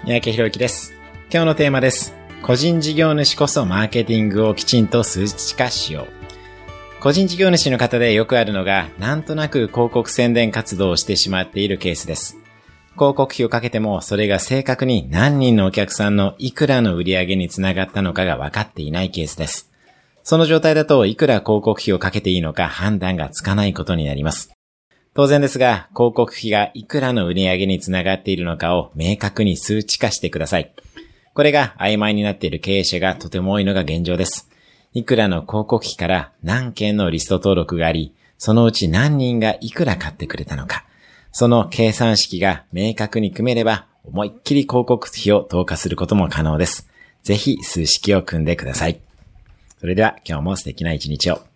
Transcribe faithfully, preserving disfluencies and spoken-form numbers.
三宅宏之です。今日のテーマです。個人事業主こそマーケティングをきちんと数値化しよう。個人事業主の方でよくあるのが、なんとなく広告宣伝活動をしてしまっているケースです。広告費をかけても、それが正確に何人のお客さんのいくらの売り上げにつながったのかが分かっていないケースです。その状態だと、いくら広告費をかけていいのか判断がつかないことになります。当然ですが、広告費がいくらの売り上げにつながっているのかを明確に数値化してください。これが曖昧になっている経営者がとても多いのが現状です。いくらの広告費から何件のリスト登録があり、そのうち何人がいくら買ってくれたのか。その計算式が明確に組めれば、思いっきり広告費を投下することも可能です。ぜひ数式を組んでください。それでは今日も素敵な一日を。